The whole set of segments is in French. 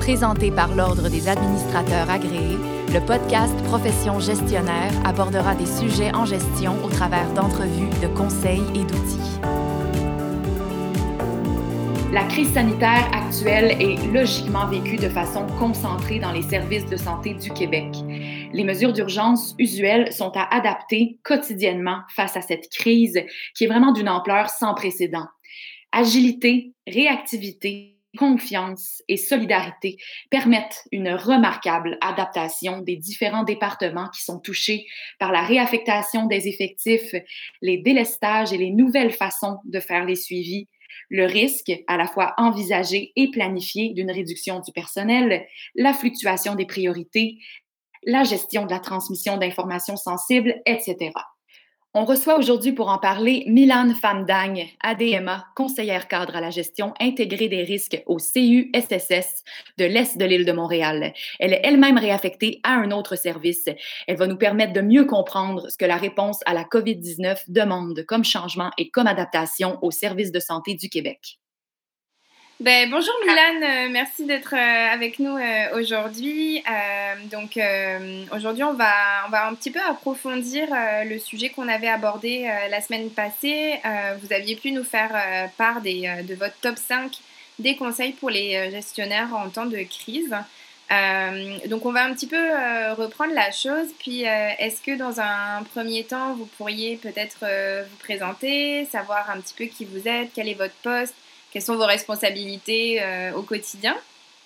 Présenté par l'Ordre des administrateurs agréés, le podcast Profession gestionnaire abordera des sujets en gestion au travers d'entrevues, de conseils et d'outils. La crise sanitaire actuelle est logiquement vécue de façon concentrée dans les services de santé du Québec. Les mesures d'urgence usuelles sont à adapter quotidiennement face à cette crise qui est vraiment d'une ampleur sans précédent. Agilité, réactivité, confiance et solidarité permettent une remarquable adaptation des différents départements qui sont touchés par la réaffectation des effectifs, les délestages et les nouvelles façons de faire les suivis, le risque à la fois envisagé et planifié d'une réduction du personnel, la fluctuation des priorités, la gestion de la transmission d'informations sensibles, etc. On reçoit aujourd'hui pour en parler Mylane Pham-Dang, ADMA, conseillère cadre à la gestion intégrée des risques au CUSSS de l'Est de l'île de Montréal. Elle est elle-même réaffectée à un autre service. Elle va nous permettre de mieux comprendre ce que la réponse à la COVID-19 demande comme changement et comme adaptation aux services de santé du Québec. Bonjour Mylane, merci d'être avec nous aujourd'hui. Aujourd'hui, on va un petit peu approfondir le sujet qu'on avait abordé la semaine passée. Vous aviez pu nous faire part de votre top 5 des conseils pour les gestionnaires en temps de crise. Donc on va un petit peu reprendre la chose. Puis est-ce que dans un premier temps, vous pourriez peut-être vous présenter, savoir un petit peu qui vous êtes, quel est votre poste? Quelles sont vos responsabilités au quotidien?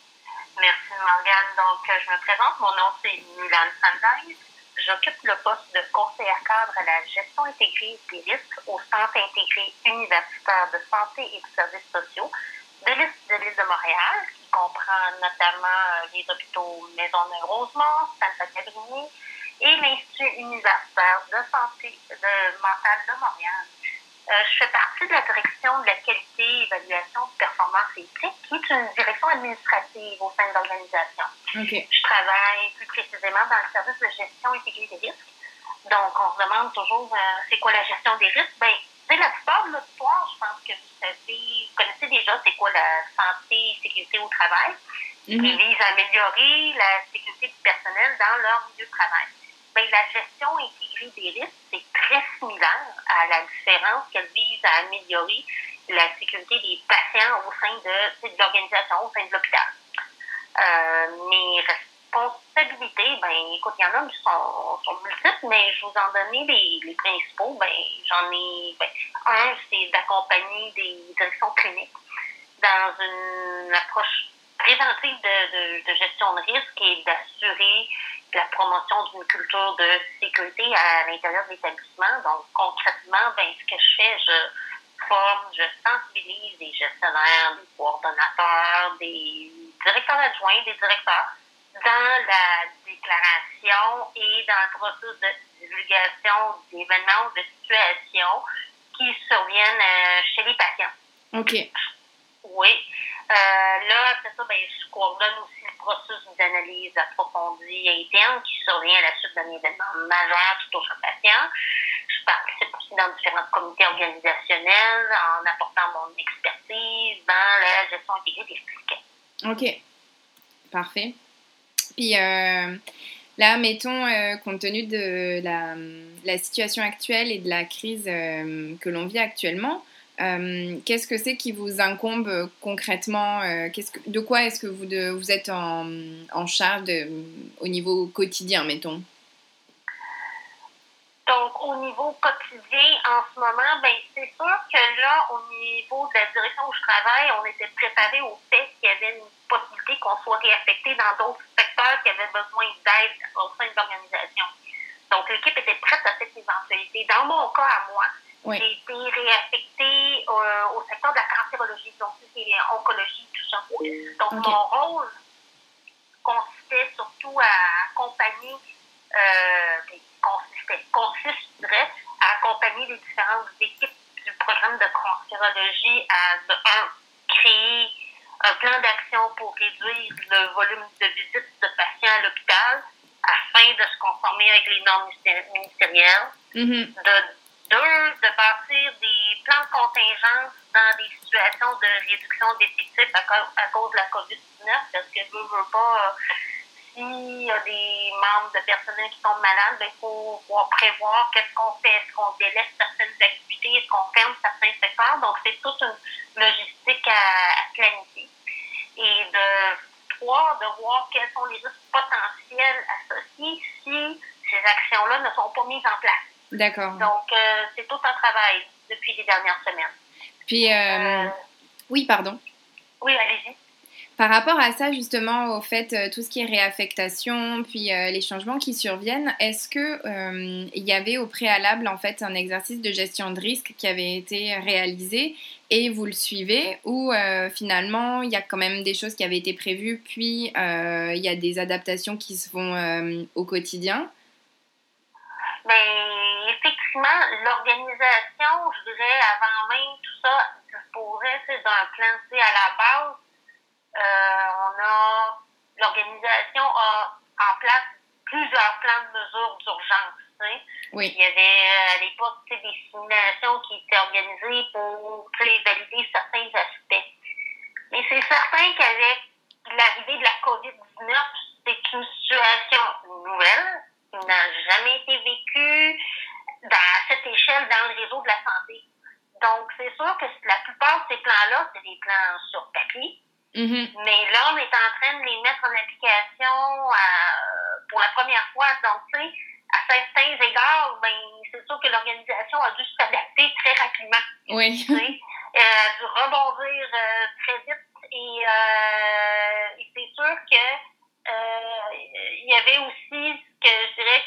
Merci Morgane. Donc, je me présente. Mon nom, c'est Mylane Pham-Dang. J'occupe le poste de conseillère cadre à la gestion intégrée des risques au Centre intégré universitaire de santé et de services sociaux de l'Est de l'île de Montréal, qui comprend notamment les hôpitaux Maisonneuve-Rosemont, Sainte-Catherine et l'Institut universitaire de santé mentale de Montréal. Je fais partie de la direction de la qualité, évaluation, performance et éthique, qui est une direction administrative au sein de l'organisation. Okay. Je travaille plus précisément dans le service de gestion intégrée des risques. Donc, on se demande toujours c'est quoi la gestion des risques. La plupart de l'auditoire, je pense que vous connaissez déjà c'est quoi la santé et sécurité au travail, qui vise à améliorer la sécurité du personnel dans leur milieu de travail. La gestion intégrée des risques, c'est très similaire à la différence qu'elle vise à améliorer la sécurité des patients au sein de l'organisation, au sein de l'hôpital. Mes responsabilités, écoute, il y en a qui sont multiples, mais je vous en donne les principaux. J'en ai un, c'est d'accompagner des directions cliniques dans une approche préventive de gestion de risque et d'assurer la promotion d'une culture de sécurité à l'intérieur de l'établissement. Donc, concrètement, ce que je fais, je forme, je sensibilise des gestionnaires, des coordonnateurs, des directeurs adjoints, des directeurs dans la déclaration et dans le processus de divulgation d'événements ou de situations qui surviennent chez les patients. OK. Oui. Là, après ça, je coordonne aussi le processus d'analyse approfondie et interne qui survient à la suite d'un événement majeur qui touche un patient. Je participe aussi dans différents comités organisationnels en apportant mon expertise dans la gestion intégrée des risques. OK. Parfait. Puis là, mettons, compte tenu de la situation actuelle et de la crise que l'on vit actuellement, qu'est-ce que c'est qui vous incombe concrètement? De quoi est-ce que vous êtes en charge au niveau quotidien, mettons? Donc, au niveau quotidien, en ce moment, c'est sûr que là, au niveau de la direction où je travaille, on était préparé au fait qu'il y avait une possibilité qu'on soit réaffecté dans d'autres secteurs qui avaient besoin d'aide au sein de l'organisation. Donc, l'équipe était prête à cette éventualité. Dans mon cas, à moi, j'ai été réaffectée au secteur de la cancérologie, donc c'est oncologie, tout ça. Donc, mon rôle consistait surtout à accompagner, consisterait à accompagner les différentes équipes du programme de cancérologie à, créer un plan d'action pour réduire le volume de visites de patients à l'hôpital afin de se conformer avec les normes ministérielles. De bâtir des plans de contingence dans des situations de réduction d'effectifs à cause de la COVID-19, parce que veux pas, s'il y a des membres de personnel qui tombent malades, ben, il faut prévoir qu'est-ce qu'on fait, est-ce qu'on délaisse certaines activités, est-ce qu'on ferme certains secteurs. Donc, c'est toute une logistique à planifier. Et de voir quels sont les risques potentiels associés si ces actions-là ne sont pas mises en place. D'accord. Donc, c'est tout un travail depuis les dernières semaines. Puis, oui, pardon. Oui, allez-y. Par rapport à ça, justement, au fait, tout ce qui est réaffectation, puis les changements qui surviennent, est-ce que il y avait au préalable, en fait, un exercice de gestion de risque qui avait été réalisé et vous le suivez, ou finalement, il y a quand même des choses qui avaient été prévues, puis il y a des adaptations qui se font au quotidien? Mais effectivement, l'organisation, je dirais, avant même tout ça, disposait d'un plan, à la base. L'organisation a en place plusieurs plans de mesures d'urgence. Oui. Il y avait à l'époque des simulations qui étaient organisées pour valider certains aspects. Mais c'est certain qu'avec l'arrivée de la COVID-19, c'est une situation nouvelle qui n'a jamais été vécue à cette échelle dans le réseau de la santé. Donc, c'est sûr que la plupart de ces plans-là, c'est des plans sur papier. Mm-hmm. Mais là, on est en train de les mettre en application pour la première fois. Donc, tu sais, à certains égards, ben, c'est sûr que l'organisation a dû s'adapter très rapidement. Oui. A dû rebondir très vite. Et c'est sûr que il y avait aussi ce que je dirais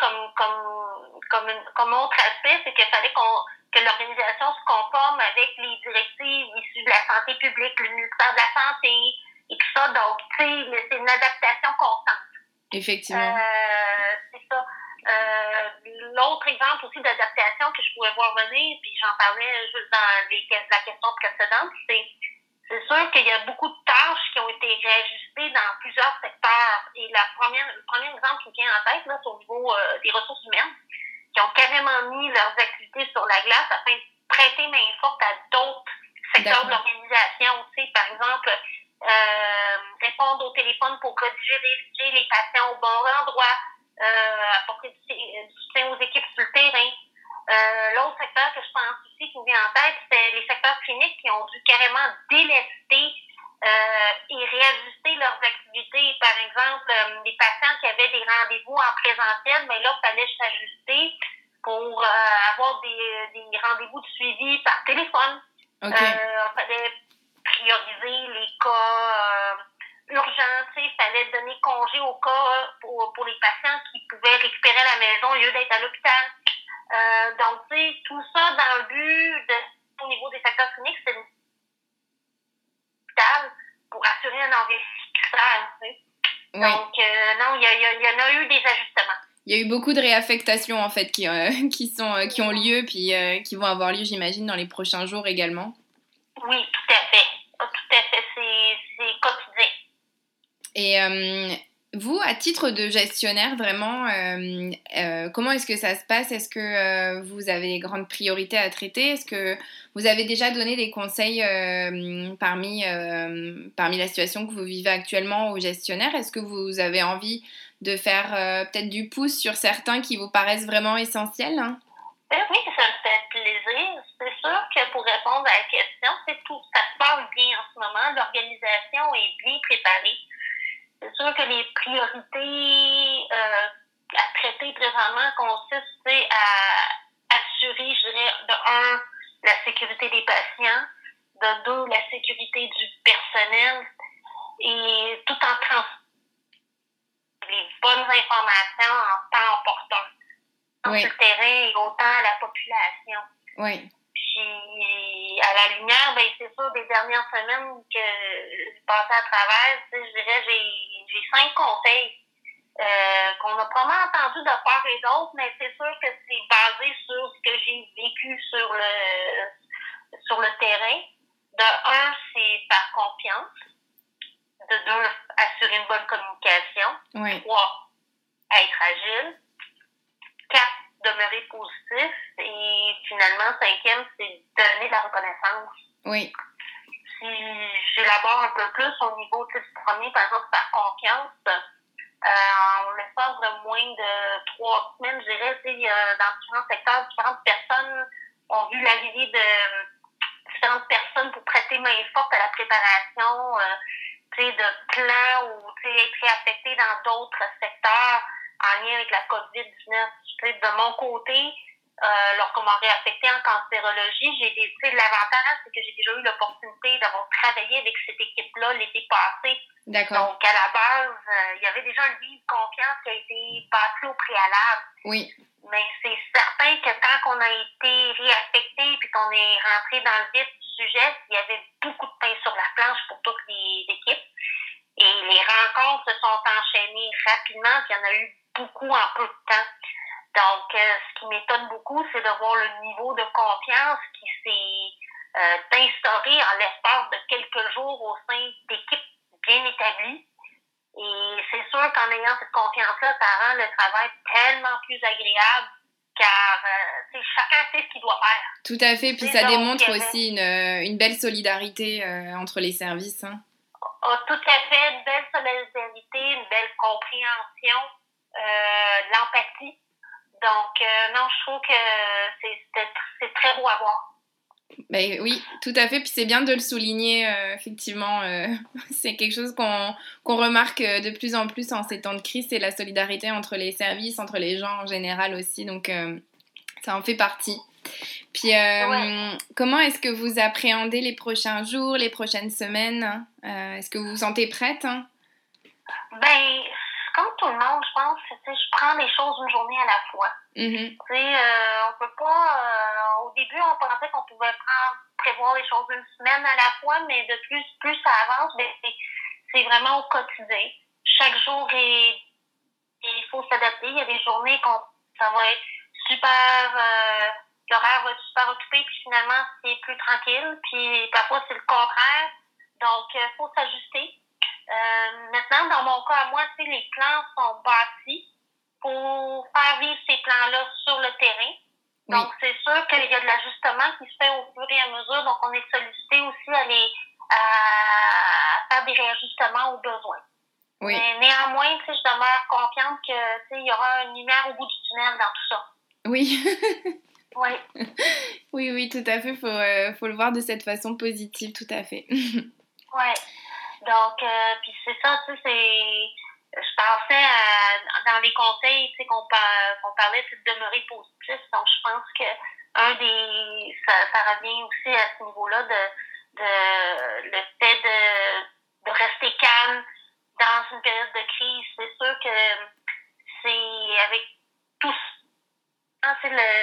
comme autre aspect, c'est qu'il fallait que l'organisation se conforme avec les directives issues de la santé publique, le ministère de la Santé et tout ça. Donc, tu sais, c'est une adaptation constante. Effectivement. C'est ça. L'autre exemple aussi d'adaptation que je pourrais voir venir, puis j'en parlais juste dans la question précédente, c'est sûr qu'il y a beaucoup de tâches qui ont été réajustées dans plusieurs secteurs. Et le premier exemple qui vient en tête, là, c'est au niveau des ressources humaines, qui ont carrément mis leurs activités sur la glace afin de prêter main forte à d'autres secteurs de l'organisation. Tu sais, par exemple, répondre au téléphone pour rediriger les patients au bon endroit, apporter du soutien aux équipes sur le terrain. L'autre secteur que je pense aussi qui me vient en tête, c'est les secteurs cliniques qui ont dû carrément délester et réajuster leurs activités. Par exemple, les patients qui avaient des rendez-vous en présentiel, mais là, il fallait s'ajuster pour avoir des rendez-vous de suivi par téléphone. Okay. Il fallait prioriser les cas urgents. Il fallait donner congé au cas pour les patients qui pouvaient récupérer à la maison au lieu d'être à l'hôpital. Donc, tu sais, tout ça dans le but, au niveau des secteurs cliniques, c'est pour assurer un environnement sécuritaire. Oui. Donc, non, il y en a eu des ajustements. Il y a eu beaucoup de réaffectations, en fait, qui ont lieu, puis qui vont avoir lieu, j'imagine, dans les prochains jours également. Oui, tout à fait. Tout à fait. C'est quotidien. Et vous, à titre de gestionnaire, vraiment, comment est-ce que ça se passe? Est-ce que vous avez des grandes priorités à traiter? Est-ce que vous avez déjà donné des conseils parmi la situation que vous vivez actuellement aux gestionnaires? Est-ce que vous avez envie de faire peut-être du pouce sur certains qui vous paraissent vraiment essentiels? Hein? Oui, ça me fait plaisir. C'est sûr que pour répondre à la question, c'est tout. Ça se passe bien en ce moment. L'organisation est bien préparée. C'est sûr que les priorités à traiter présentement consistent à assurer, je dirais, de un, la sécurité des patients, de deux, la sécurité du personnel, et tout en transmettant les bonnes informations en temps opportun, tant sur le terrain et autant à la population. Oui. Puis, à la lumière, ben, c'est sûr, des dernières semaines que j'ai passé à travers, je dirais, j'ai 5 conseils qu'on a probablement entendu de part et d'autre, mais c'est sûr que c'est basé sur ce que j'ai vécu sur le terrain. De un, c'est par confiance. De deux, assurer une bonne communication. Oui. 3, être agile. 4, demeurer positif. Et finalement, 5e, c'est donner de la reconnaissance Oui. Si j'élabore un peu plus au niveau du premier, par exemple, par confiance, en l'espace de moins de 3 semaines, je dirais, dans différents secteurs, différentes personnes ont vu l'arrivée de différentes personnes pour prêter main forte à la préparation de plans ou être réaffectés dans d'autres secteurs en lien avec la COVID-19. De mon côté, lorsqu'on m'a réaffecté en cancérologie, l'avantage, c'est que j'ai déjà eu l'opportunité d'avoir travaillé avec cette équipe-là l'été passé. D'accord. Donc, à la base, il y avait déjà un livre de confiance qui a été bâti au préalable. Oui. Mais c'est certain que quand on a été réaffecté puis qu'on est rentré dans le vif du sujet, il y avait beaucoup de pain sur la planche pour toutes les équipes. Et les rencontres se sont enchaînées rapidement, puis il y en a eu beaucoup en peu de temps. Donc, ce qui m'étonne beaucoup, c'est de voir le niveau de confiance qui s'est instauré en l'espace de quelques jours au sein d'équipes bien établies. Et c'est sûr qu'en ayant cette confiance-là, ça rend le travail tellement plus agréable, car chacun sait ce qu'il doit faire. Tout à fait, puis ça démontre aussi une belle solidarité entre les services. Hein. Tout à fait, une belle solidarité, une belle compréhension, l'empathie. Donc, non, je trouve que c'est très beau à voir. Ben oui, tout à fait. Puis c'est bien de le souligner, effectivement. C'est quelque chose qu'on remarque de plus en plus en ces temps de crise, c'est la solidarité entre les services, entre les gens en général aussi. Donc, ça en fait partie. Puis, comment est-ce que vous appréhendez les prochains jours, les prochaines semaines? Est-ce que vous vous sentez prête? Hein? Ben, comme tout le monde, je pense que je prends les choses une journée à la fois. Mm-hmm. On peut pas... au début, on pensait qu'on pouvait prévoir les choses une semaine à la fois, mais de plus ça avance, ben, c'est vraiment au quotidien. Chaque jour, il faut s'adapter. Il y a des journées ça va être super... l'horaire va être super occupé, puis finalement, c'est plus tranquille. Puis parfois, c'est le contraire. Donc, il faut s'ajuster. Maintenant, dans mon cas à moi, les plans sont bâtis pour faire vivre ces plans-là sur le terrain. Oui. Donc, c'est sûr qu'il y a de l'ajustement qui se fait au fur et à mesure. Donc, on est sollicité aussi à faire des réajustements aux besoins. Oui. Mais néanmoins, je demeure confiante qu'il y aura une lumière au bout du tunnel dans tout ça. Oui. Oui. Oui, tout à fait. Faut le voir de cette façon positive, tout à fait. Oui. Donc, puis c'est ça, je pensais dans les conseils, qu'on parlait de demeurer positif. Donc, je pense que ça revient aussi à ce niveau-là le fait de rester calme dans une période de crise. C'est sûr que c'est avec tout ça,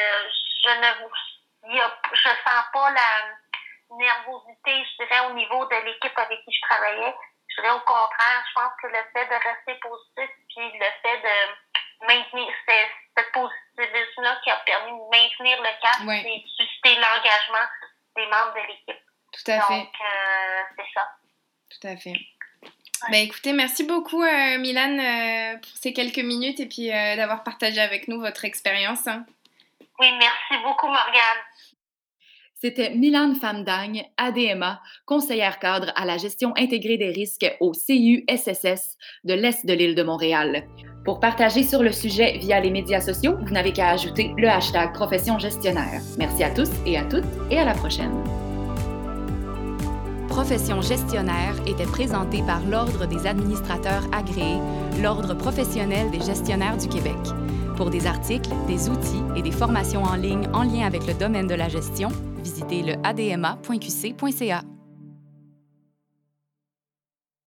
je sens pas la nervosité, je dirais, au niveau de l'équipe avec qui je travaillais. Je dirais au contraire, je pense que le fait de rester positif puis le fait de maintenir cette positivisme-là qui a permis de maintenir le cap et de susciter l'engagement des membres de l'équipe. Tout à fait. Donc, c'est ça. Tout à fait. Ouais. Ben, écoutez, merci beaucoup, Mylane, pour ces quelques minutes et puis d'avoir partagé avec nous votre expérience. Hein. Oui, merci beaucoup, Morgane. C'était Mylane Famdagne, ADMA, conseillère cadre à la gestion intégrée des risques au CIUSSS de l'Est de l'île de Montréal. Pour partager sur le sujet via les médias sociaux, vous n'avez qu'à ajouter le hashtag Profession Gestionnaire. Merci à tous et à toutes et à la prochaine. Profession Gestionnaire était présentée par l'Ordre des administrateurs agréés, l'Ordre professionnel des gestionnaires du Québec. Pour des articles, des outils et des formations en ligne en lien avec le domaine de la gestion, visitez le adma.qc.ca.